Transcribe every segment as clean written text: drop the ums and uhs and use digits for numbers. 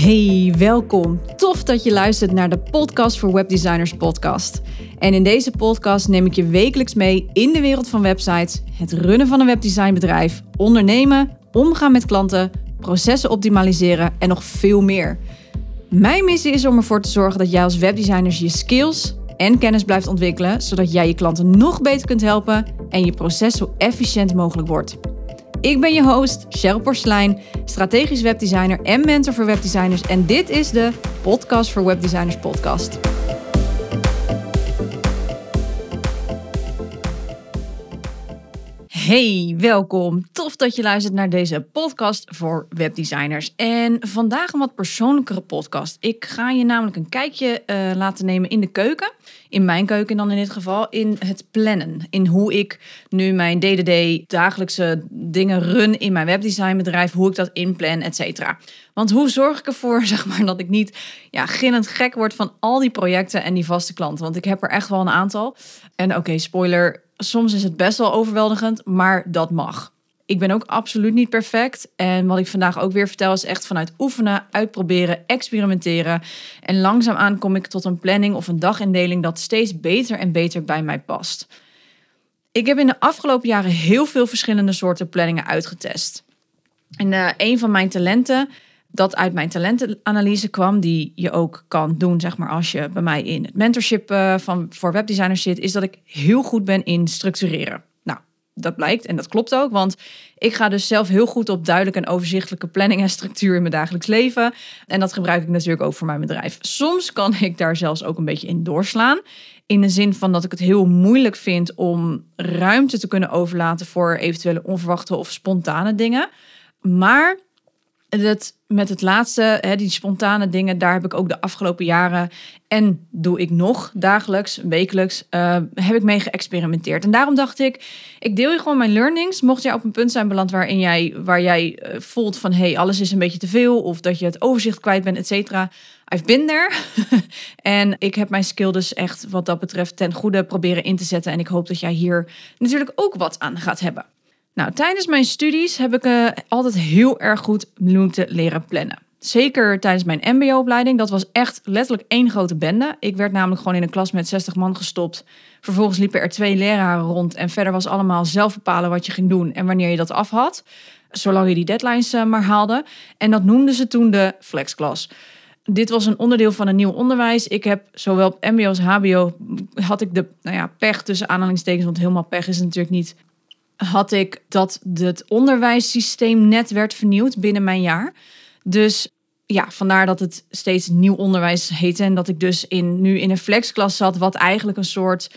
Hey, welkom. Tof dat je luistert naar de Podcast voor Webdesigners podcast. En in deze podcast neem ik je wekelijks mee in de wereld van websites, het runnen van een webdesignbedrijf, ondernemen, omgaan met klanten, processen optimaliseren en nog veel meer. Mijn missie is om ervoor te zorgen dat jij als webdesigner je skills en kennis blijft ontwikkelen, zodat jij je klanten nog beter kunt helpen en je proces zo efficiënt mogelijk wordt. Ik ben je host, Cheryl Porselein, strategisch webdesigner en mentor voor webdesigners. En dit is de Podcast voor Webdesigners podcast. Hey, welkom. Tof dat je luistert naar deze podcast voor webdesigners. En vandaag een wat persoonlijkere podcast. Ik ga je namelijk een kijkje laten nemen in de keuken. In mijn keuken dan in dit geval. In het plannen. In hoe ik nu mijn day-to-day dagelijkse dingen run in mijn webdesignbedrijf. Hoe ik dat inplan, et cetera. Want hoe zorg ik ervoor, dat ik niet gillend gek word van al die projecten en die vaste klanten. Want ik heb er echt wel een aantal. En oké, spoiler. Soms is het best wel overweldigend, maar dat mag. Ik ben ook absoluut niet perfect. En wat ik vandaag ook weer vertel is echt vanuit oefenen, uitproberen, experimenteren. En langzaamaan kom ik tot een planning of een dagindeling dat steeds beter en beter bij mij past. Ik heb in de afgelopen jaren heel veel verschillende soorten planningen uitgetest. En een van mijn talenten, dat uit mijn talentenanalyse kwam, die je ook kan doen, als je bij mij in het mentorship voor webdesigners zit, is dat ik heel goed ben in structureren. Nou, dat blijkt en dat klopt ook, want ik ga dus zelf heel goed op duidelijke en overzichtelijke planning en structuur in mijn dagelijks leven. En dat gebruik ik natuurlijk ook voor mijn bedrijf. Soms kan ik daar zelfs ook een beetje in doorslaan. In de zin van dat ik het heel moeilijk vind om ruimte te kunnen overlaten voor eventuele onverwachte of spontane dingen. Maar met het laatste, die spontane dingen, daar heb ik ook de afgelopen jaren en doe ik nog dagelijks, wekelijks, heb ik mee geëxperimenteerd. En daarom dacht ik deel je gewoon mijn learnings. Mocht jij op een punt zijn beland waar jij voelt van hey, alles is een beetje te veel of dat je het overzicht kwijt bent, et cetera. I've been there. En ik heb mijn skill dus echt wat dat betreft ten goede proberen in te zetten. En ik hoop dat jij hier natuurlijk ook wat aan gaat hebben. Nou, tijdens mijn studies heb ik altijd heel erg goed moeten leren plannen. Zeker tijdens mijn mbo-opleiding. Dat was echt letterlijk één grote bende. Ik werd namelijk gewoon in een klas met 60 man gestopt. Vervolgens liepen er 2 leraren rond. En verder was allemaal zelf bepalen wat je ging doen en wanneer je dat af had. Zolang je die deadlines maar haalde. En dat noemden ze toen de flexklas. Dit was een onderdeel van een nieuw onderwijs. Ik heb zowel op mbo als hbo had ik de pech tussen aanhalingstekens. Want helemaal pech is het natuurlijk niet. Had ik dat het onderwijssysteem net werd vernieuwd binnen mijn jaar. Dus vandaar dat het steeds nieuw onderwijs heette. En dat ik dus nu in een flexklas zat, wat eigenlijk een soort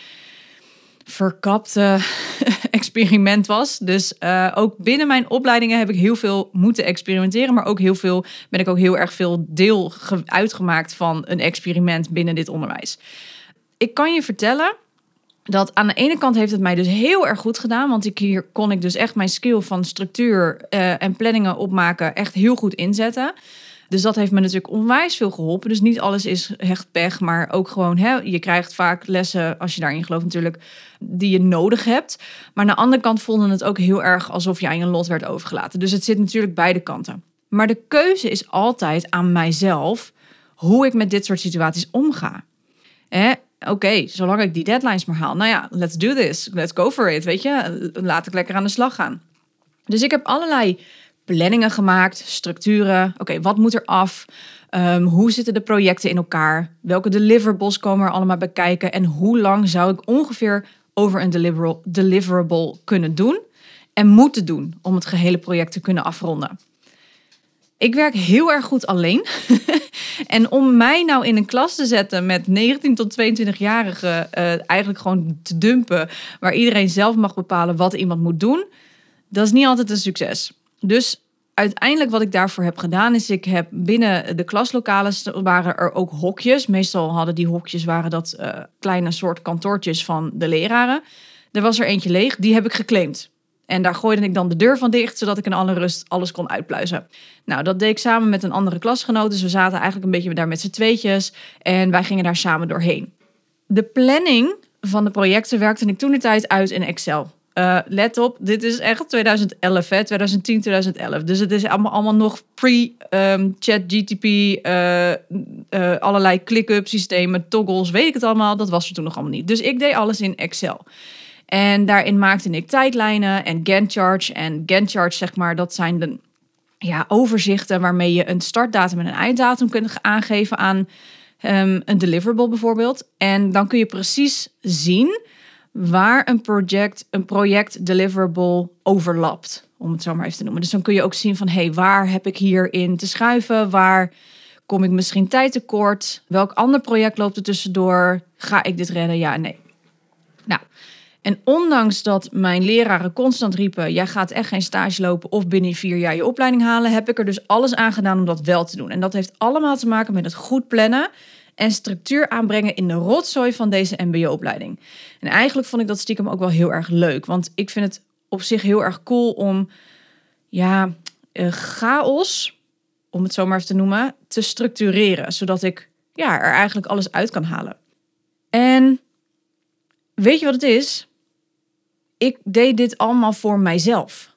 verkapte experiment was. Dus ook binnen mijn opleidingen heb ik heel veel moeten experimenteren. Maar ook ben ik ook heel erg veel deel uitgemaakt van een experiment binnen dit onderwijs. Ik kan je vertellen dat aan de ene kant heeft het mij dus heel erg goed gedaan. Want hier kon ik dus echt mijn skill van structuur en planningen opmaken echt heel goed inzetten. Dus dat heeft me natuurlijk onwijs veel geholpen. Dus niet alles is echt pech, maar ook gewoon, je krijgt vaak lessen, als je daarin gelooft natuurlijk, die je nodig hebt. Maar aan de andere kant voelde het ook heel erg alsof je aan je lot werd overgelaten. Dus het zit natuurlijk beide kanten. Maar de keuze is altijd aan mijzelf hoe ik met dit soort situaties omga. Oké, zolang ik die deadlines maar haal. Let's do this. Let's go for it, weet je. Laat ik lekker aan de slag gaan. Dus ik heb allerlei planningen gemaakt, structuren. Oké, wat moet er af? Hoe zitten de projecten in elkaar? Welke deliverables komen er allemaal bij kijken? En hoe lang zou ik ongeveer over een deliverable kunnen doen en moeten doen om het gehele project te kunnen afronden? Ik werk heel erg goed alleen. En om mij nou in een klas te zetten met 19 tot 22-jarigen, eigenlijk gewoon te dumpen, waar iedereen zelf mag bepalen wat iemand moet doen, dat is niet altijd een succes. Dus uiteindelijk wat ik daarvoor heb gedaan is, ik heb binnen de klaslokalen waren er ook hokjes. Meestal hadden die hokjes, waren dat kleine soort kantoortjes van de leraren. Er was er eentje leeg, die heb ik geclaimd. En daar gooide ik dan de deur van dicht, zodat ik in alle rust alles kon uitpluizen. Nou, dat deed ik samen met een andere klasgenoot. Dus we zaten eigenlijk een beetje daar met z'n tweetjes. En wij gingen daar samen doorheen. De planning van de projecten werkte ik toentertijd uit in Excel. let op, dit is echt 2011, hè? 2010, 2011. Dus het is allemaal nog pre-ChatGTP, allerlei click-up systemen, toggles, weet ik het allemaal. Dat was er toen nog allemaal niet. Dus ik deed alles in Excel. En daarin maakte ik tijdlijnen en Gantt charts. En Gantt charts, zeg maar, dat zijn de overzichten waarmee je een startdatum en een einddatum kunt aangeven aan een deliverable bijvoorbeeld. En dan kun je precies zien waar een project deliverable overlapt, om het zo maar even te noemen. Dus dan kun je ook zien van, waar heb ik hierin te schuiven? Waar kom ik misschien tijd tekort? Welk ander project loopt er tussendoor? Ga ik dit redden? Ja en nee. Nou, en ondanks dat mijn leraren constant riepen, jij gaat echt geen stage lopen of binnen 4 jaar je opleiding halen, heb ik er dus alles aan gedaan om dat wel te doen. En dat heeft allemaal te maken met het goed plannen en structuur aanbrengen in de rotzooi van deze mbo-opleiding. En eigenlijk vond ik dat stiekem ook wel heel erg leuk. Want ik vind het op zich heel erg cool om chaos, om het zo maar even te noemen, te structureren. Zodat ik er eigenlijk alles uit kan halen. En weet je wat het is? Ik deed dit allemaal voor mijzelf.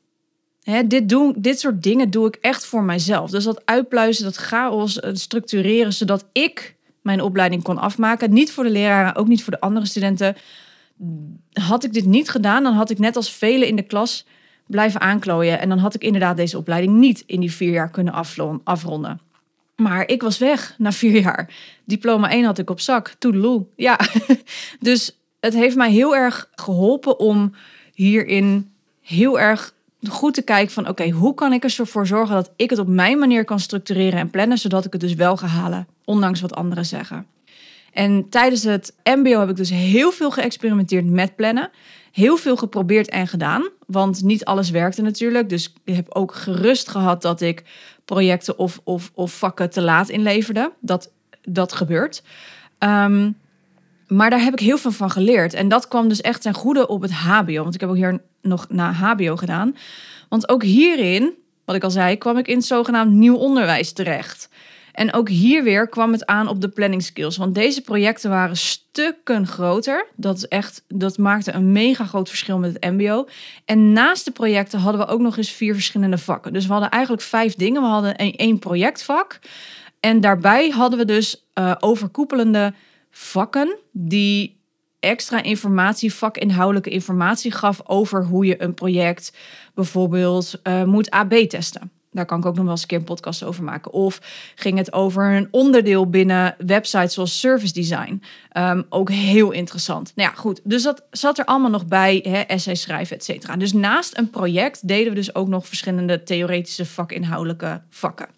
Dit soort dingen doe ik echt voor mijzelf. Dus dat uitpluizen, dat chaos, structureren, zodat ik mijn opleiding kon afmaken. Niet voor de leraren, ook niet voor de andere studenten. Had ik dit niet gedaan, dan had ik net als velen in de klas blijven aanklooien. En dan had ik inderdaad deze opleiding niet in die 4 jaar kunnen afronden. Maar ik was weg na 4 jaar. Diploma 1 had ik op zak. Toedeloe. Ja, dus het heeft mij heel erg geholpen om hierin heel erg goed te kijken van oké, hoe kan ik ervoor zorgen dat ik het op mijn manier kan structureren en plannen, zodat ik het dus wel ga halen, ondanks wat anderen zeggen. En tijdens het mbo heb ik dus heel veel geëxperimenteerd met plannen. Heel veel geprobeerd en gedaan, want niet alles werkte natuurlijk. Dus ik heb ook gerust gehad dat ik projecten of vakken te laat inleverde. Dat gebeurt. Maar daar heb ik heel veel van geleerd. En dat kwam dus echt ten goede op het hbo. Want ik heb ook hier nog na hbo gedaan. Want ook hierin, wat ik al zei, kwam ik in het zogenaamd nieuw onderwijs terecht. En ook hier weer kwam het aan op de planning skills. Want deze projecten waren stukken groter. Dat maakte een mega groot verschil met het mbo. En naast de projecten hadden we ook nog eens 4 verschillende vakken. Dus we hadden eigenlijk 5 dingen. We hadden 1 projectvak. En daarbij hadden we dus overkoepelende vakken die extra informatie, vakinhoudelijke informatie gaf over hoe je een project bijvoorbeeld moet AB testen. Daar kan ik ook nog wel eens een keer een podcast over maken. Of ging het over een onderdeel binnen websites zoals service design. Ook heel interessant. Nou ja, goed. Dus dat zat er allemaal nog bij. Essay schrijven, et cetera. Dus naast een project deden we dus ook nog verschillende theoretische vakinhoudelijke vakken.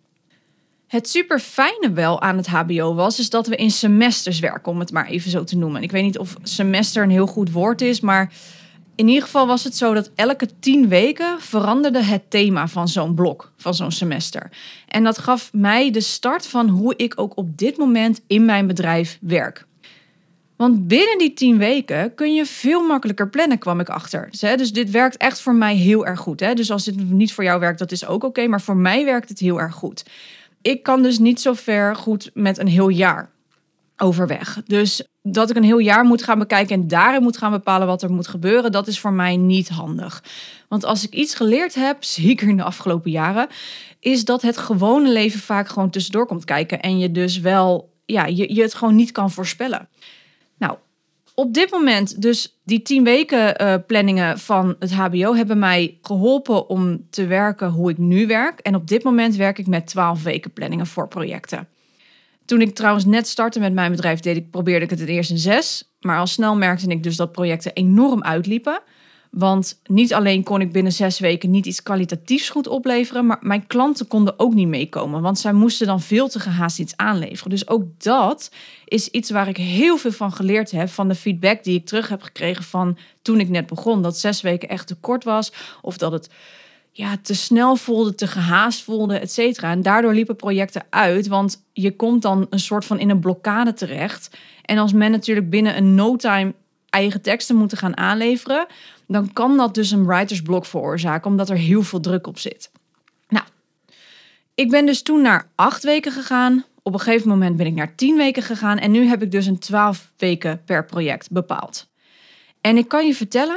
Het super fijne wel aan het hbo was, is dat we in semesters werken, om het maar even zo te noemen. Ik weet niet of semester een heel goed woord is, maar in ieder geval was het zo dat elke 10 weken veranderde het thema van zo'n blok, van zo'n semester. En dat gaf mij de start van hoe ik ook op dit moment in mijn bedrijf werk. Want binnen die 10 weken kun je veel makkelijker plannen, kwam ik achter. Dus dit werkt echt voor mij heel erg goed. Dus als dit niet voor jou werkt, dat is ook oké, maar voor mij werkt het heel erg goed. Ik kan dus niet zo ver goed met een heel jaar overweg. Dus dat ik een heel jaar moet gaan bekijken en daarin moet gaan bepalen wat er moet gebeuren, dat is voor mij niet handig. Want als ik iets geleerd heb, zeker in de afgelopen jaren, is dat het gewone leven vaak gewoon tussendoor komt kijken en je dus wel, je het gewoon niet kan voorspellen. Nou, op dit moment dus die 10 weken planningen van het hbo hebben mij geholpen om te werken hoe ik nu werk. En op dit moment werk ik met 12 weken planningen voor projecten. Toen ik trouwens net startte met mijn bedrijf, probeerde ik het eerst in 6. Maar al snel merkte ik dus dat projecten enorm uitliepen. Want niet alleen kon ik binnen 6 weken niet iets kwalitatiefs goed opleveren, maar mijn klanten konden ook niet meekomen. Want zij moesten dan veel te gehaast iets aanleveren. Dus ook dat is iets waar ik heel veel van geleerd heb. Van de feedback die ik terug heb gekregen van toen ik net begon. Dat 6 weken echt te kort was. Of dat het te snel voelde, te gehaast voelde, et cetera. En daardoor liepen projecten uit. Want je komt dan een soort van in een blokkade terecht. En als men natuurlijk binnen een no time eigen teksten moeten gaan aanleveren, dan kan dat dus een writersblok veroorzaken, omdat er heel veel druk op zit. Nou, ik ben dus toen naar 8 weken gegaan. Op een gegeven moment ben ik naar 10 weken gegaan. En nu heb ik dus een 12 weken per project bepaald. En ik kan je vertellen,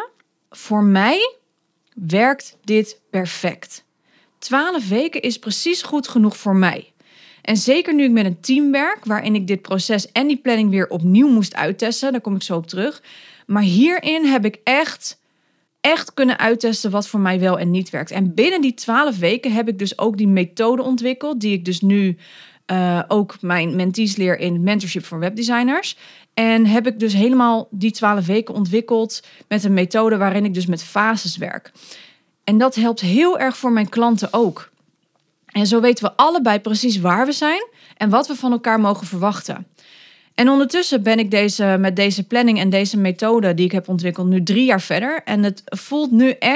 voor mij werkt dit perfect. 12 weken is precies goed genoeg voor mij. En zeker nu ik met een team werk, waarin ik dit proces en die planning weer opnieuw moest uittesten, daar kom ik zo op terug. Maar hierin heb ik echt kunnen uittesten wat voor mij wel en niet werkt. En binnen die 12 weken heb ik dus ook die methode ontwikkeld, die ik dus nu ook mijn mentees leer in mentorship voor webdesigners. En heb ik dus helemaal die 12 weken ontwikkeld met een methode waarin ik dus met fases werk. En dat helpt heel erg voor mijn klanten ook. En zo weten we allebei precies waar we zijn en wat we van elkaar mogen verwachten. En ondertussen ben ik met deze planning en deze methode die ik heb ontwikkeld nu 3 jaar verder. En het voelt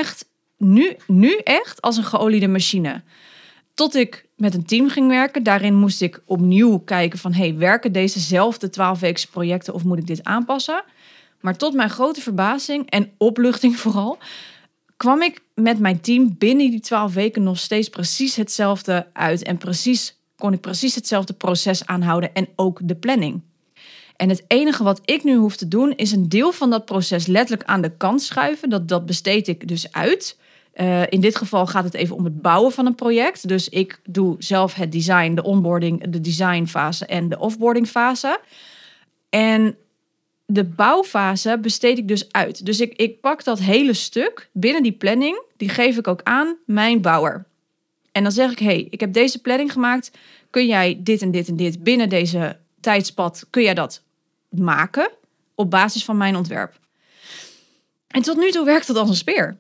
nu echt als een geoliede machine. Tot ik met een team ging werken. Daarin moest ik opnieuw kijken van, werken dezezelfde 12-weekse projecten of moet ik dit aanpassen? Maar tot mijn grote verbazing en opluchting vooral, kwam ik met mijn team binnen die 12 weken nog steeds precies hetzelfde uit. En kon ik precies hetzelfde proces aanhouden en ook de planning. En het enige wat ik nu hoef te doen is een deel van dat proces letterlijk aan de kant schuiven. Dat besteed ik dus uit. In dit geval gaat het even om het bouwen van een project. Dus ik doe zelf het design, de onboarding, de designfase en de offboardingfase. En de bouwfase besteed ik dus uit. Dus ik pak dat hele stuk binnen die planning. Die geef ik ook aan mijn bouwer. En dan zeg ik, ik heb deze planning gemaakt. Kun jij dit en dit en dit binnen deze tijdspad, kun jij dat maken op basis van mijn ontwerp? En tot nu toe werkt dat als een speer.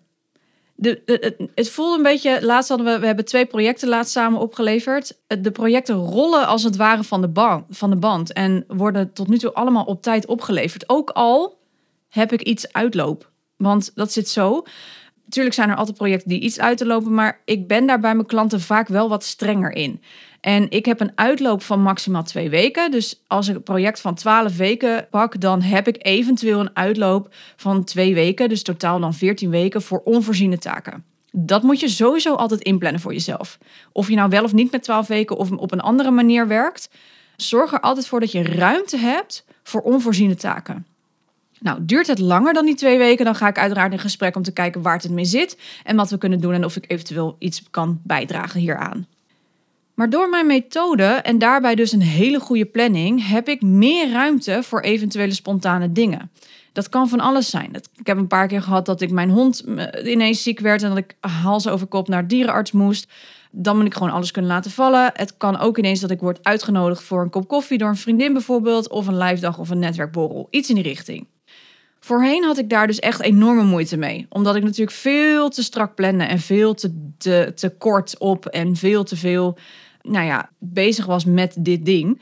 Het voelde een beetje, we hebben 2 projecten laatst samen opgeleverd. De projecten rollen als het ware van de band en worden tot nu toe allemaal op tijd opgeleverd. Ook al heb ik iets uitloop. Want dat zit zo. Natuurlijk zijn er altijd projecten die iets uit te lopen, maar ik ben daar bij mijn klanten vaak wel wat strenger in. En ik heb een uitloop van maximaal 2 weken. Dus als ik een project van 12 weken pak, dan heb ik eventueel een uitloop van 2 weken. Dus totaal dan 14 weken voor onvoorziene taken. Dat moet je sowieso altijd inplannen voor jezelf. Of je nou wel of niet met 12 weken of op een andere manier werkt. Zorg er altijd voor dat je ruimte hebt voor onvoorziene taken. Nou, duurt het langer dan die 2 weken, dan ga ik uiteraard in gesprek om te kijken waar het mee zit en wat we kunnen doen en of ik eventueel iets kan bijdragen hieraan. Maar door mijn methode en daarbij dus een hele goede planning heb ik meer ruimte voor eventuele spontane dingen. Dat kan van alles zijn. Ik heb een paar keer gehad dat ik mijn hond ineens ziek werd en dat ik hals over kop naar dierenarts moest. Dan moet ik gewoon alles kunnen laten vallen. Het kan ook ineens dat ik word uitgenodigd voor een kop koffie door een vriendin bijvoorbeeld, of een live dag of een netwerkborrel. Iets in die richting. Voorheen had ik daar dus echt enorme moeite mee. Omdat ik natuurlijk veel te strak plande en veel te kort op en veel te veel bezig was met dit ding.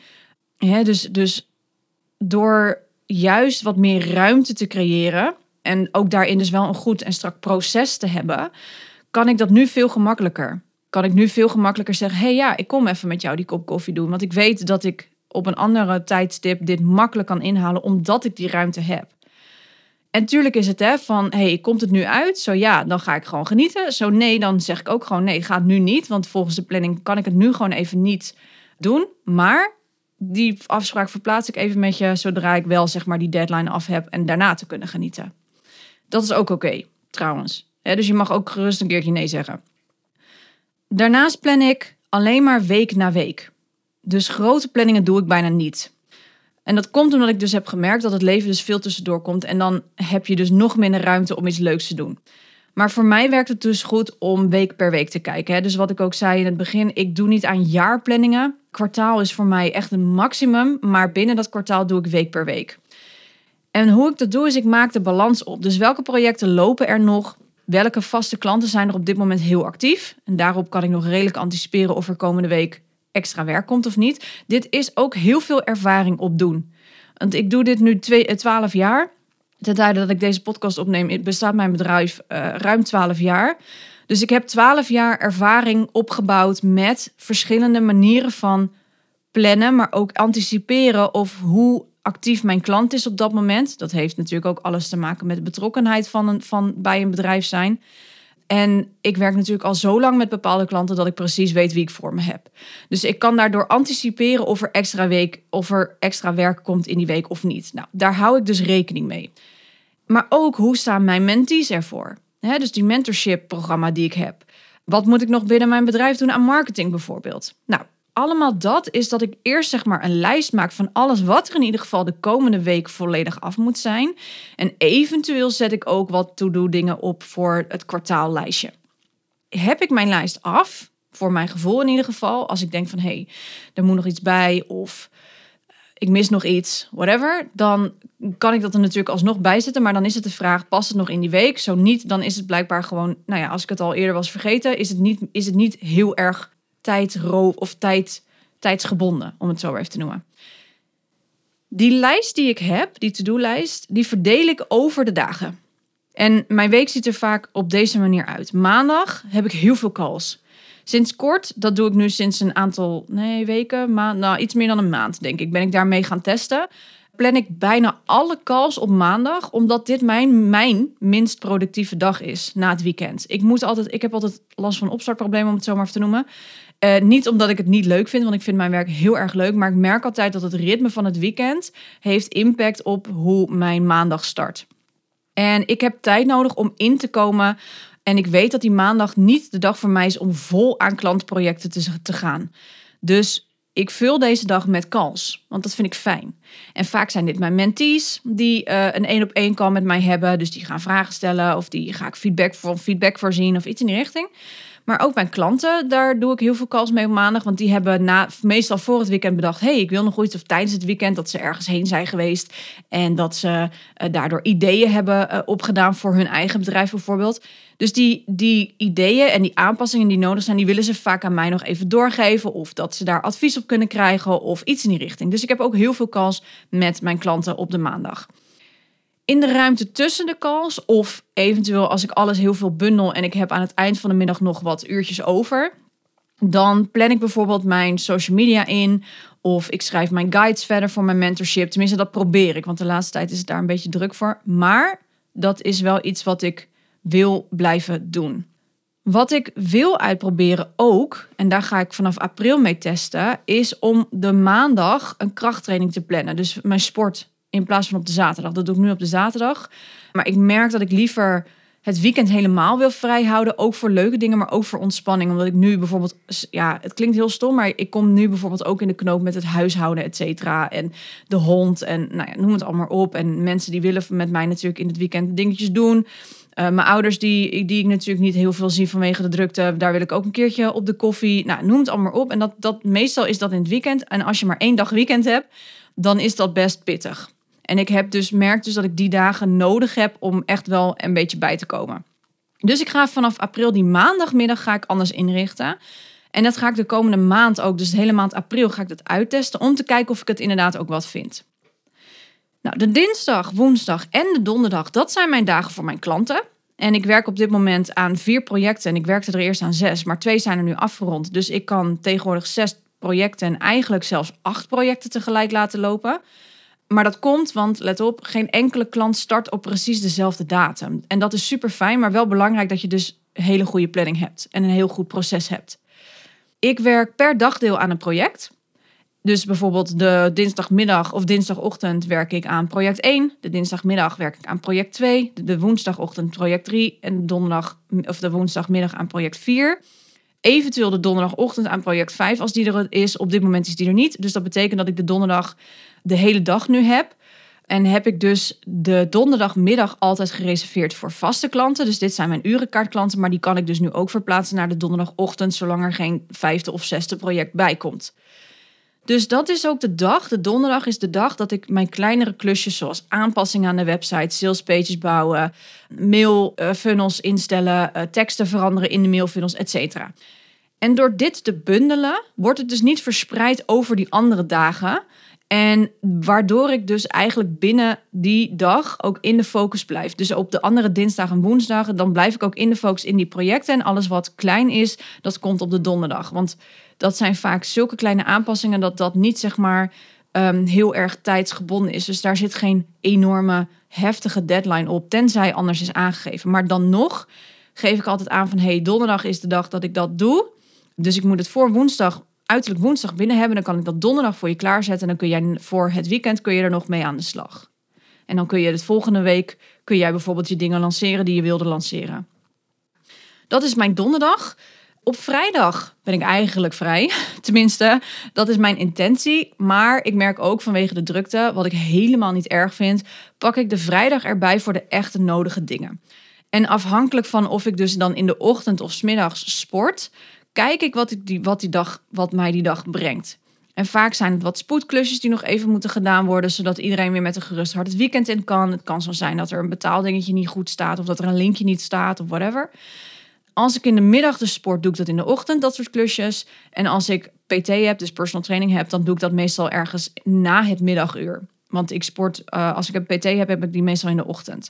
Dus door juist wat meer ruimte te creëren en ook daarin dus wel een goed en strak proces te hebben, kan ik dat nu veel gemakkelijker. Kan ik nu veel gemakkelijker zeggen, ik kom even met jou die kop koffie doen. Want ik weet dat ik op een andere tijdstip dit makkelijk kan inhalen, omdat ik die ruimte heb. En natuurlijk is het van, komt het nu uit? Zo ja, dan ga ik gewoon genieten. Zo nee, dan zeg ik ook gewoon, nee, gaat nu niet. Want volgens de planning kan ik het nu gewoon even niet doen. Maar die afspraak verplaats ik even met je, zodra ik wel die deadline af heb en daarna te kunnen genieten. Dat is ook oké, trouwens. Dus je mag ook gerust een keertje nee zeggen. Daarnaast plan ik alleen maar week na week. Dus grote planningen doe ik bijna niet. En dat komt omdat ik dus heb gemerkt dat het leven dus veel tussendoor komt. En dan heb je dus nog minder ruimte om iets leuks te doen. Maar voor mij werkt het dus goed om week per week te kijken. Dus wat ik ook zei in het begin, ik doe niet aan jaarplanningen. Kwartaal is voor mij echt een maximum. Maar binnen dat kwartaal doe ik week per week. En hoe ik dat doe is, ik maak de balans op. Dus welke projecten lopen er nog? Welke vaste klanten zijn er op dit moment heel actief? En daarop kan ik nog redelijk anticiperen of er komende week extra werk komt of niet. Dit is ook heel veel ervaring opdoen. Want ik doe dit nu 12 jaar. Ten tijde dat ik deze podcast opneem, bestaat mijn bedrijf ruim 12 jaar. Dus ik heb 12 jaar ervaring opgebouwd met verschillende manieren van plannen, maar ook anticiperen of hoe actief mijn klant is op dat moment. Dat heeft natuurlijk ook alles te maken met de betrokkenheid van bij een bedrijf zijn. En ik werk natuurlijk al zo lang met bepaalde klanten dat ik precies weet wie ik voor me heb. Dus ik kan daardoor anticiperen of er extra werk komt in die week of niet. Nou, daar hou ik dus rekening mee. Maar ook, hoe staan mijn mentees ervoor? Dus die mentorship programma die ik heb. Wat moet ik nog binnen mijn bedrijf doen aan marketing bijvoorbeeld? Nou, allemaal dat is dat ik eerst zeg maar een lijst maak van alles wat er in ieder geval de komende week volledig af moet zijn. En eventueel zet ik ook wat to-do dingen op voor het kwartaallijstje. Heb ik mijn lijst af, voor mijn gevoel in ieder geval, als ik denk van hé, er moet nog iets bij of ik mis nog iets, whatever, dan kan ik dat er natuurlijk alsnog bij zetten. Maar dan is het de vraag, past het nog in die week? Zo niet, dan is het blijkbaar gewoon, als ik het al eerder was vergeten, is het niet heel erg tijdroof of tijdsgebonden, om het zo even te noemen. Die lijst die ik heb, die to-do-lijst, die verdeel ik over de dagen. En mijn week ziet er vaak op deze manier uit. Maandag heb ik heel veel calls. Sinds kort, dat doe ik nu sinds een aantal weken, iets meer dan een maand denk ik, ben ik daarmee gaan testen. Plan ik bijna alle calls op maandag, omdat dit mijn minst productieve dag is na het weekend. Ik heb altijd last van opstartproblemen, om het zo maar even te noemen. Niet omdat ik het niet leuk vind, want ik vind mijn werk heel erg leuk. Maar ik merk altijd dat het ritme van het weekend heeft impact op hoe mijn maandag start. En ik heb tijd nodig om in te komen. En ik weet dat die maandag niet de dag voor mij is om vol aan klantprojecten te gaan. Dus ik vul deze dag met calls, want dat vind ik fijn. En vaak zijn dit mijn mentees die een 1-op-1 call met mij hebben. Dus die gaan vragen stellen of die ga ik feedback voorzien of iets in die richting. Maar ook mijn klanten, daar doe ik heel veel calls mee op maandag. Want die hebben meestal voor het weekend bedacht, hey, ik wil nog iets. Of tijdens het weekend dat ze ergens heen zijn geweest. En dat ze daardoor ideeën hebben opgedaan voor hun eigen bedrijf bijvoorbeeld. Dus die ideeën en die aanpassingen die nodig zijn, die willen ze vaak aan mij nog even doorgeven. Of dat ze daar advies op kunnen krijgen of iets in die richting. Dus ik heb ook heel veel calls met mijn klanten op de maandag. In de ruimte tussen de calls of eventueel als ik alles heel veel bundel en ik heb aan het eind van de middag nog wat uurtjes over, dan plan ik bijvoorbeeld mijn social media in of ik schrijf mijn guides verder voor mijn mentorship. Tenminste, dat probeer ik, want de laatste tijd is het daar een beetje druk voor. Maar dat is wel iets wat ik wil blijven doen. Wat ik wil uitproberen ook, en daar ga ik vanaf april mee testen, is om de maandag een krachttraining te plannen. Dus mijn sport in plaats van op de zaterdag. Dat doe ik nu op de zaterdag. Maar ik merk dat ik liever het weekend helemaal wil vrijhouden. Ook voor leuke dingen, maar ook voor ontspanning. Omdat ik nu bijvoorbeeld, het klinkt heel stom, maar ik kom nu bijvoorbeeld ook in de knoop met het huishouden, et cetera. En de hond en noem het allemaal op. En mensen die willen met mij natuurlijk in het weekend dingetjes doen. Mijn ouders die ik natuurlijk niet heel veel zie vanwege de drukte. Daar wil ik ook een keertje op de koffie. Noem het allemaal op. En dat meestal is dat in het weekend. En als je maar 1 dag weekend hebt, dan is dat best pittig. En ik merk dus dat ik die dagen nodig heb om echt wel een beetje bij te komen. Dus ik ga vanaf april die maandagmiddag ga ik anders inrichten. En dat ga ik de komende maand ook, dus de hele maand april ga ik dat uittesten om te kijken of ik het inderdaad ook wat vind. Nou, de dinsdag, woensdag en de donderdag, dat zijn mijn dagen voor mijn klanten. En ik werk op dit moment aan 4 projecten en ik werkte er eerst aan 6, maar 2 zijn er nu afgerond. Dus ik kan tegenwoordig 6 projecten en eigenlijk zelfs 8 projecten tegelijk laten lopen. Maar dat komt, want let op, geen enkele klant start op precies dezelfde datum. En dat is super fijn, maar wel belangrijk dat je dus een hele goede planning hebt en een heel goed proces hebt. Ik werk per dagdeel aan een project. Dus bijvoorbeeld de dinsdagmiddag of dinsdagochtend werk ik aan project 1. De dinsdagmiddag werk ik aan project 2. De woensdagochtend project 3. En de woensdagmiddag aan project 4. Eventueel de donderdagochtend aan project 5 als die er is. Op dit moment is die er niet. Dus dat betekent dat ik de donderdag de hele dag nu heb. En heb ik dus de donderdagmiddag altijd gereserveerd voor vaste klanten. Dus dit zijn mijn urenkaartklanten. Maar die kan ik dus nu ook verplaatsen naar de donderdagochtend. Zolang er geen 5e of 6e project bij komt. Dus dat is ook de dag. De donderdag is de dag dat ik mijn kleinere klusjes zoals aanpassingen aan de website, salespages bouwen, mailfunnels instellen, teksten veranderen in de mailfunnels, etc. En door dit te bundelen wordt het dus niet verspreid over die andere dagen. En waardoor ik dus eigenlijk binnen die dag ook in de focus blijf. Dus op de andere dinsdag en woensdagen, dan blijf ik ook in de focus in die projecten. En alles wat klein is, dat komt op de donderdag. Want dat zijn vaak zulke kleine aanpassingen dat niet zeg maar heel erg tijdsgebonden is. Dus daar zit geen enorme heftige deadline op, tenzij anders is aangegeven. Maar dan nog geef ik altijd aan van donderdag is de dag dat ik dat doe. Dus ik moet het voor woensdag, uiterlijk woensdag binnen hebben. Dan kan ik dat donderdag voor je klaarzetten. En dan kun jij voor het weekend er nog mee aan de slag. En dan kun je het volgende week, kun jij bijvoorbeeld je dingen lanceren die je wilde lanceren. Dat is mijn donderdag. Op vrijdag ben ik eigenlijk vrij. Tenminste, dat is mijn intentie. Maar ik merk ook vanwege de drukte, wat ik helemaal niet erg vind, pak ik de vrijdag erbij voor de echte nodige dingen. En afhankelijk van of ik dus dan in de ochtend of 's middags sport, kijk ik wat mij die dag brengt. En vaak zijn het wat spoedklusjes die nog even moeten gedaan worden, zodat iedereen weer met een gerust hart het weekend in kan. Het kan zo zijn dat er een betaaldingetje niet goed staat of dat er een linkje niet staat of whatever. Als ik in de middag dus sport, doe ik dat in de ochtend, dat soort klusjes. En als ik PT heb, dus personal training heb, dan doe ik dat meestal ergens na het middaguur. Want ik sport, als ik een PT heb, heb ik die meestal in de ochtend.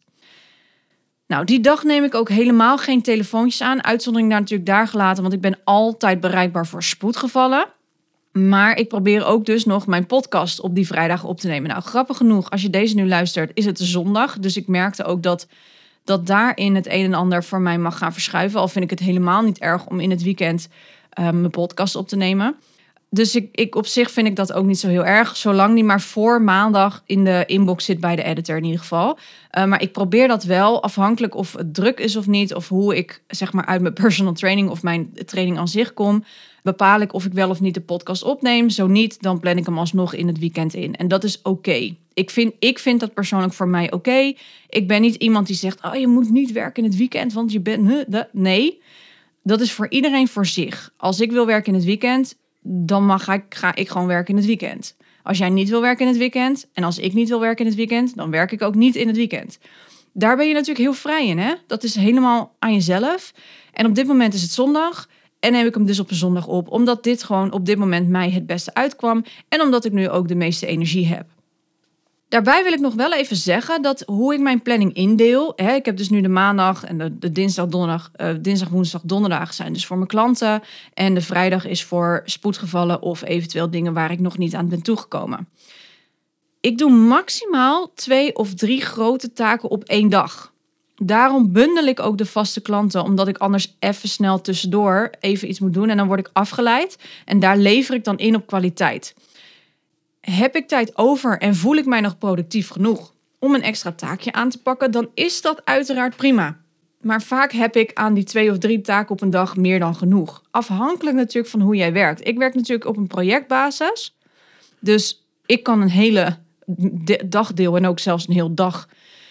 Nou, die dag neem ik ook helemaal geen telefoontjes aan. Uitzondering daar natuurlijk daar gelaten, want ik ben altijd bereikbaar voor spoedgevallen. Maar ik probeer ook dus nog mijn podcast op die vrijdag op te nemen. Nou, grappig genoeg, als je deze nu luistert, is het zondag. Dus ik merkte ook dat daarin het een en ander voor mij mag gaan verschuiven. Al vind ik het helemaal niet erg om in het weekend mijn podcast op te nemen. Dus ik op zich vind ik dat ook niet zo heel erg. Zolang die maar voor maandag in de inbox zit bij de editor in ieder geval. Maar ik probeer dat wel, afhankelijk of het druk is of niet. Of hoe ik zeg maar uit mijn personal training of mijn training aan zich kom. Bepaal ik of ik wel of niet de podcast opneem. Zo niet, dan plan ik hem alsnog in het weekend in. En dat is oké. Ik vind dat persoonlijk voor mij oké. Ik ben niet iemand die zegt, oh, je moet niet werken in het weekend, want je bent... Nee, dat is voor iedereen voor zich. Als ik wil werken in het weekend, dan ga ik gewoon werken in het weekend. Als jij niet wil werken in het weekend en als ik niet wil werken in het weekend, dan werk ik ook niet in het weekend. Daar ben je natuurlijk heel vrij in, hè? Dat is helemaal aan jezelf. En op dit moment is het zondag en neem ik hem dus op een zondag op, omdat dit gewoon op dit moment mij het beste uitkwam en omdat ik nu ook de meeste energie heb. Daarbij wil ik nog wel even zeggen dat hoe ik mijn planning indeel. Ik heb dus nu de maandag en de dinsdag, woensdag, donderdag zijn dus voor mijn klanten. En de vrijdag is voor spoedgevallen of eventueel dingen waar ik nog niet aan ben toegekomen. Ik doe maximaal 2 of 3 grote taken op 1 dag. Daarom bundel ik ook de vaste klanten, omdat ik anders even snel tussendoor even iets moet doen. En dan word ik afgeleid en daar lever ik dan in op kwaliteit. Heb ik tijd over en voel ik mij nog productief genoeg om een extra taakje aan te pakken, dan is dat uiteraard prima. Maar vaak heb ik aan die 2 of 3 taken op een dag meer dan genoeg. Afhankelijk natuurlijk van hoe jij werkt. Ik werk natuurlijk op een projectbasis. Dus ik kan een hele dagdeel en ook zelfs een heel dag,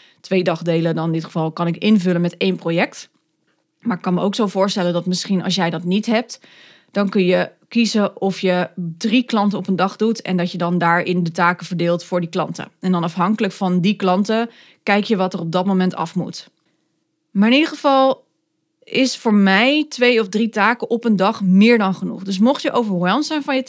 2 dagdelen dan in dit geval, kan ik invullen met 1 project. Maar ik kan me ook zo voorstellen dat misschien als jij dat niet hebt, dan kun je kiezen of je 3 klanten op een dag doet en dat je dan daarin de taken verdeelt voor die klanten. En dan afhankelijk van die klanten kijk je wat er op dat moment af moet. Maar in ieder geval is voor mij 2 of 3 taken op een dag meer dan genoeg. Dus mocht je overweldigd zijn van je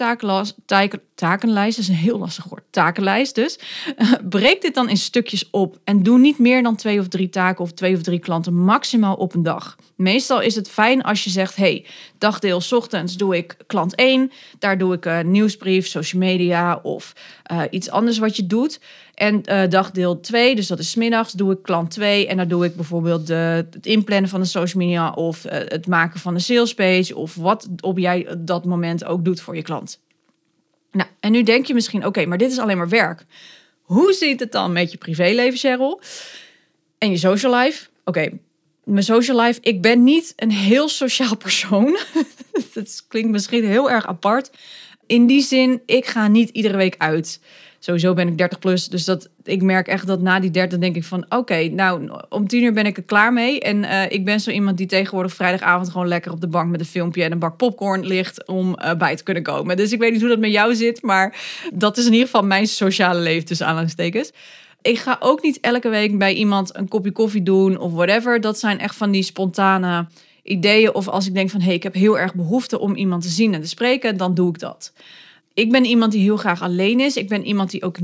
takenlijst, dat is een heel lastig woord, takenlijst dus, breek dit dan in stukjes op en doe niet meer dan 2 of 3 taken of 2 of 3 klanten maximaal op een dag. Meestal is het fijn als je zegt, dagdeel 's ochtends doe ik klant 1, daar doe ik een nieuwsbrief, social media of iets anders wat je doet. En dagdeel 2, dus dat is 's middags, doe ik klant 2. En daar doe ik bijvoorbeeld het inplannen van de social media of het maken van een salespage of wat op jij dat moment ook doet voor je klant. Nou, en nu denk je misschien, oké, maar dit is alleen maar werk. Hoe ziet het dan met je privéleven, Cheryl? En je social life? Oké, mijn social life, ik ben niet een heel sociaal persoon. Dat klinkt misschien heel erg apart. In die zin, ik ga niet iedere week uit. Sowieso ben ik 30 plus, dus ik merk echt dat na die 30 denk ik van oké, nou om 10:00 ben ik er klaar mee. En ik ben zo iemand die tegenwoordig vrijdagavond gewoon lekker op de bank met een filmpje en een bak popcorn ligt om bij te kunnen komen. Dus ik weet niet hoe dat met jou zit, maar dat is in ieder geval mijn sociale leven tussen aanhalingstekens. Ik ga ook niet elke week bij iemand een kopje koffie doen of whatever. Dat zijn echt van die spontane ideeën. Of als ik denk van ik heb heel erg behoefte om iemand te zien en te spreken, dan doe ik dat. Ik ben iemand die heel graag alleen is. Ik ben iemand die ook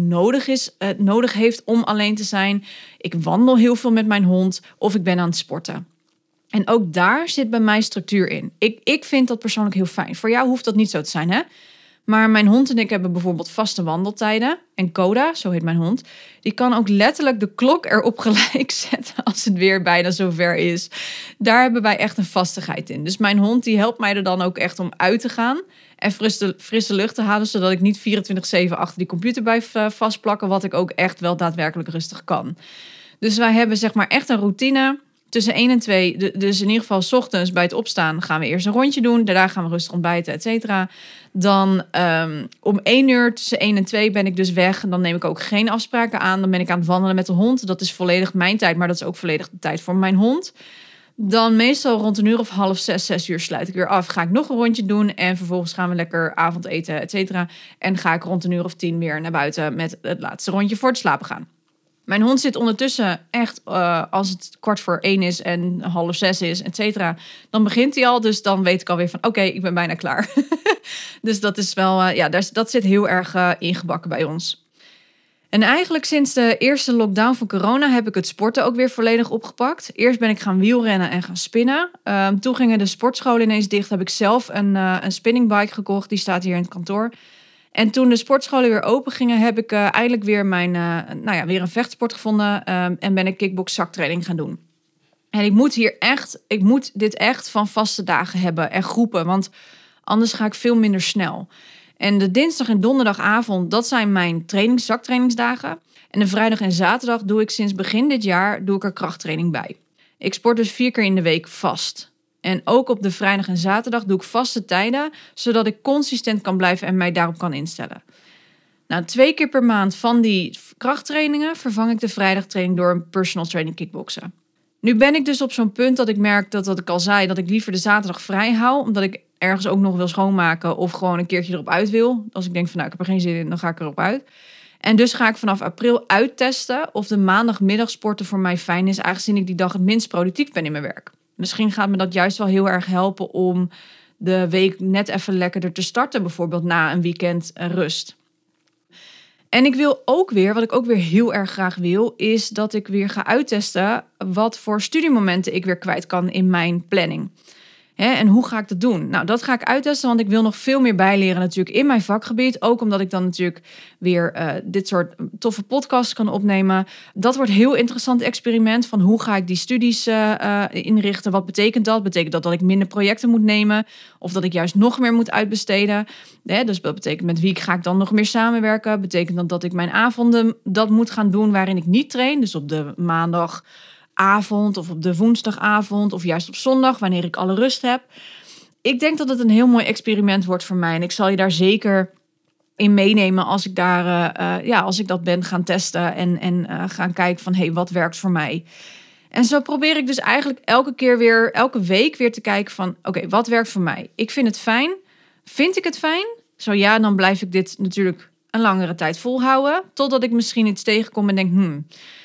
nodig heeft om alleen te zijn. Ik wandel heel veel met mijn hond of ik ben aan het sporten. En ook daar zit bij mij structuur in. Ik vind dat persoonlijk heel fijn. Voor jou hoeft dat niet zo te zijn, hè? Maar mijn hond en ik hebben bijvoorbeeld vaste wandeltijden. En Coda, zo heet mijn hond, die kan ook letterlijk de klok erop gelijk zetten als het weer bijna zover is. Daar hebben wij echt een vastigheid in. Dus mijn hond die helpt mij er dan ook echt om uit te gaan en frisse lucht te halen, zodat ik niet 24/7 achter die computer blijf vastplakken, wat ik ook echt wel daadwerkelijk rustig kan. Dus wij hebben zeg maar echt een routine tussen 1 en 2. Dus in ieder geval 's ochtends bij het opstaan gaan we eerst een rondje doen. Daarna gaan we rustig ontbijten, et cetera. Dan om 1 uur tussen 1 en 2 ben ik dus weg. Dan neem ik ook geen afspraken aan. Dan ben ik aan het wandelen met de hond. Dat is volledig mijn tijd, maar dat is ook volledig de tijd voor mijn hond. Dan meestal rond 5:30, 6 uur sluit ik weer af. Ga ik nog een rondje doen en vervolgens gaan we lekker avondeten, et cetera. En ga ik rond 10:00 weer naar buiten met het laatste rondje voor het slapen gaan. Mijn hond zit ondertussen echt, als het 5:15 is en 5:30 is, et cetera, dan begint hij al. Dus dan weet ik alweer van, oké, ik ben bijna klaar. Dus dat is wel, dat zit heel erg ingebakken bij ons. En eigenlijk sinds de eerste lockdown van corona heb ik het sporten ook weer volledig opgepakt. Eerst ben ik gaan wielrennen en gaan spinnen. Toen gingen de sportscholen ineens dicht. Heb ik zelf een spinningbike gekocht. Die staat hier in het kantoor. En toen de sportscholen weer open gingen, heb ik eindelijk weer weer een vechtsport gevonden. En ben ik kickbox zaktraining gaan doen. En ik moet dit echt van vaste dagen hebben en groepen. Want anders ga ik veel minder snel. En de dinsdag en donderdagavond, dat zijn mijn zaktrainingsdagen. En de vrijdag en zaterdag doe ik sinds begin dit jaar er krachttraining bij. Ik sport dus 4 keer in de week vast. En ook op de vrijdag en zaterdag doe ik vaste tijden, zodat ik consistent kan blijven en mij daarop kan instellen. Nou, 2 keer per maand van die krachttrainingen vervang ik de vrijdagtraining door een personal training kickboksen. Nu ben ik dus op zo'n punt dat ik merk dat ik al zei, dat ik liever de zaterdag vrij hou, omdat ik ergens ook nog wil schoonmaken of gewoon een keertje erop uit wil. Als ik denk van ik heb er geen zin in, dan ga ik erop uit. En dus ga ik vanaf april uittesten of de maandagmiddag sporten voor mij fijn is, aangezien ik die dag het minst productief ben in mijn werk. Misschien gaat me dat juist wel heel erg helpen om de week net even lekkerder te starten, bijvoorbeeld na een weekend rust. En ik wil ook weer, wat ik ook weer heel erg graag wil, is dat ik weer ga uittesten wat voor studiemomenten ik weer kwijt kan in mijn planning. En hoe ga ik dat doen? Nou, dat ga ik uittesten, want ik wil nog veel meer bijleren natuurlijk in mijn vakgebied. Ook omdat ik dan natuurlijk weer dit soort toffe podcasts kan opnemen. Dat wordt een heel interessant experiment van hoe ga ik die studies inrichten? Wat betekent dat? Betekent dat ik minder projecten moet nemen? Of dat ik juist nog meer moet uitbesteden? Dus dat betekent met wie ga ik dan nog meer samenwerken? Betekent dat ik mijn avonden dat moet gaan doen waarin ik niet train? Dus op de maandagavond of op de woensdagavond of juist op zondag, wanneer ik alle rust heb. Ik denk dat het een heel mooi experiment wordt voor mij. En ik zal je daar zeker in meenemen als ik als ik dat ben gaan testen en gaan kijken van wat werkt voor mij. En zo probeer ik dus eigenlijk elke week weer te kijken van oké, wat werkt voor mij? Ik vind het fijn. Vind ik het fijn? Zo ja, dan blijf ik dit natuurlijk een langere tijd volhouden, totdat ik misschien iets tegenkom en denk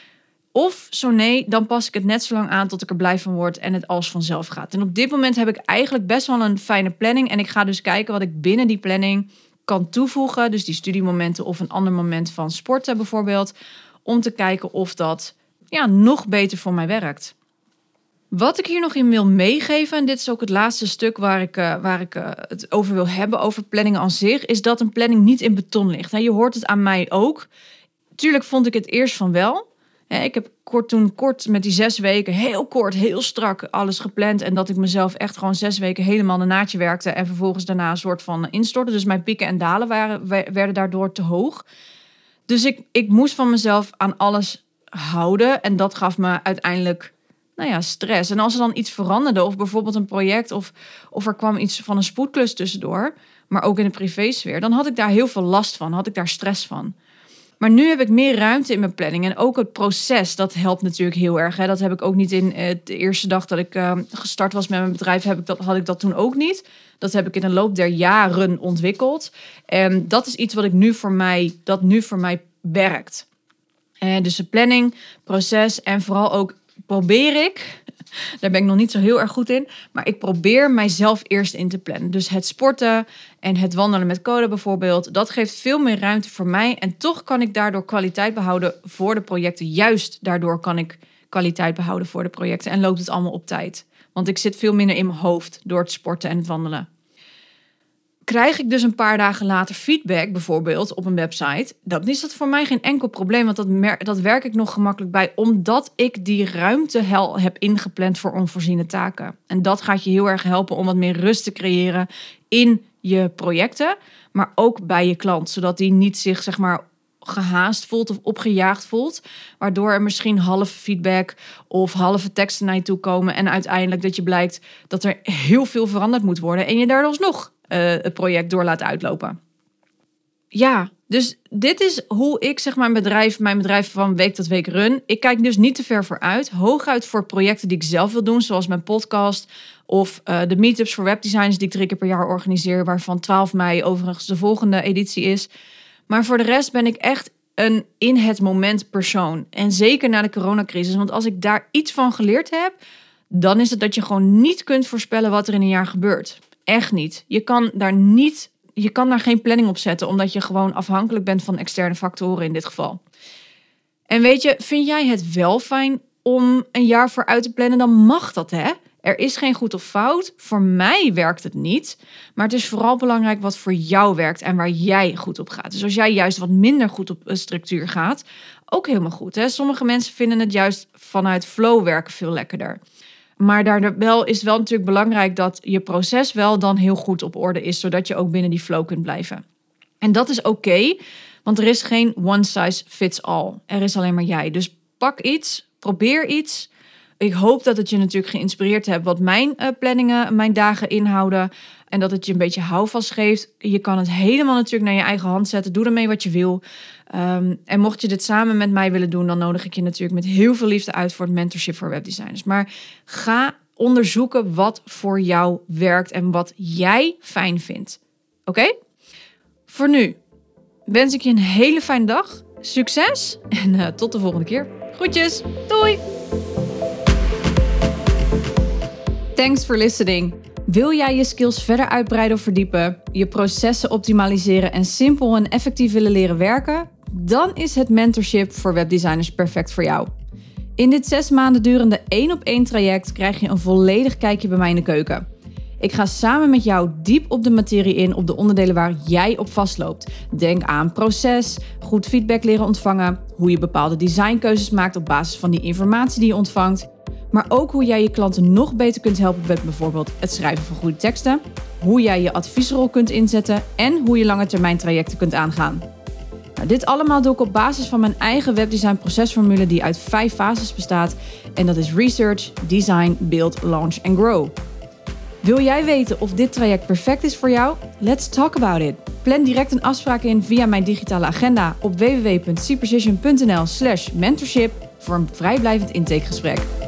Of zo nee, dan pas ik het net zo lang aan tot ik er blij van word en het als vanzelf gaat. En op dit moment heb ik eigenlijk best wel een fijne planning. En ik ga dus kijken wat ik binnen die planning kan toevoegen. Dus die studiemomenten of een ander moment van sporten bijvoorbeeld. Om te kijken of dat nog beter voor mij werkt. Wat ik hier nog in wil meegeven, en dit is ook het laatste stuk waar ik het over wil hebben, over planningen aan zich, is dat een planning niet in beton ligt. Je hoort het aan mij ook. Tuurlijk vond ik het eerst van wel. Ik heb kort met die 6 weken, heel strak alles gepland. En dat ik mezelf echt gewoon 6 weken helemaal een naadje werkte. En vervolgens daarna een soort van instortte. Dus mijn pieken en dalen werden daardoor te hoog. Dus ik moest van mezelf aan alles houden. En dat gaf me uiteindelijk stress. En als er dan iets veranderde, of bijvoorbeeld een project, of er kwam iets van een spoedklus tussendoor, maar ook in de privésfeer, dan had ik daar heel veel last van, had ik daar stress van. Maar nu heb ik meer ruimte in mijn planning. En ook het proces, dat helpt natuurlijk heel erg. Dat heb ik ook niet in de eerste dag dat ik gestart was met mijn bedrijf, had ik dat toen ook niet. Dat heb ik in de loop der jaren ontwikkeld. En dat is iets wat nu voor mij werkt. Dus de planning, proces en vooral ook probeer ik, daar ben ik nog niet zo heel erg goed in, maar ik probeer mijzelf eerst in te plannen. Dus het sporten en het wandelen met Coda bijvoorbeeld, dat geeft veel meer ruimte voor mij. En toch kan ik daardoor kwaliteit behouden voor de projecten. Juist daardoor kan ik kwaliteit behouden voor de projecten en loopt het allemaal op tijd. Want ik zit veel minder in mijn hoofd door het sporten en het wandelen. Krijg ik dus een paar dagen later feedback bijvoorbeeld op een website, dan is dat voor mij geen enkel probleem, want dat werk ik nog gemakkelijk bij, omdat ik die ruimte heb ingepland voor onvoorziene taken. En dat gaat je heel erg helpen om wat meer rust te creëren in je projecten, maar ook bij je klant, zodat die niet zich gehaast voelt of opgejaagd voelt, waardoor er misschien halve feedback of halve teksten naar je toe komen en uiteindelijk dat je blijkt dat er heel veel veranderd moet worden en je daar alsnog het project door laat uitlopen. Ja, dus dit is hoe ik mijn bedrijf van week tot week run. Ik kijk dus niet te ver vooruit. Hooguit voor projecten die ik zelf wil doen, zoals mijn podcast of de meetups voor webdesigners die ik 3 keer per jaar organiseer, waarvan 12 mei overigens de volgende editie is. Maar voor de rest ben ik echt een in het moment persoon. En zeker na de coronacrisis. Want als ik daar iets van geleerd heb, dan is het dat je gewoon niet kunt voorspellen wat er in een jaar gebeurt. Echt niet. Je kan daar geen planning op zetten, omdat je gewoon afhankelijk bent van externe factoren in dit geval. En weet je, vind jij het wel fijn om een jaar vooruit te plannen, dan mag dat, hè? Er is geen goed of fout. Voor mij werkt het niet. Maar het is vooral belangrijk wat voor jou werkt en waar jij goed op gaat. Dus als jij juist wat minder goed op structuur gaat, ook helemaal goed, hè? Sommige mensen vinden het juist vanuit flow werken veel lekkerder. Maar daar is wel natuurlijk belangrijk dat je proces wel dan heel goed op orde is, zodat je ook binnen die flow kunt blijven. En dat is oké, want er is geen one size fits all. Er is alleen maar jij. Dus pak iets, probeer iets. Ik hoop dat het je natuurlijk geïnspireerd hebt wat mijn planningen, mijn dagen inhouden. En dat het je een beetje houvast geeft. Je kan het helemaal natuurlijk naar je eigen hand zetten. Doe ermee wat je wil. En mocht je dit samen met mij willen doen, dan nodig ik je natuurlijk met heel veel liefde uit voor het mentorship voor webdesigners. Maar ga onderzoeken wat voor jou werkt en wat jij fijn vindt. Oké? Voor nu wens ik je een hele fijne dag. Succes en tot de volgende keer. Groetjes. Doei! Thanks for listening. Wil jij je skills verder uitbreiden of verdiepen, je processen optimaliseren en simpel en effectief willen leren werken? Dan is het mentorship voor webdesigners perfect voor jou. In dit 6 maanden durende 1-op-1 traject krijg je een volledig kijkje bij mij in de keuken. Ik ga samen met jou diep op de materie in op de onderdelen waar jij op vastloopt. Denk aan proces, goed feedback leren ontvangen, hoe je bepaalde designkeuzes maakt op basis van die informatie die je ontvangt. Maar ook hoe jij je klanten nog beter kunt helpen met bijvoorbeeld het schrijven van goede teksten, hoe jij je adviesrol kunt inzetten en hoe je langetermijn trajecten kunt aangaan. Nou, dit allemaal doe ik op basis van mijn eigen webdesign procesformule die uit 5 fases bestaat. En dat is research, design, build, launch en grow. Wil jij weten of dit traject perfect is voor jou? Let's talk about it. Plan direct een afspraak in via mijn digitale agenda op www.cprecision.nl/mentorship voor een vrijblijvend intakegesprek.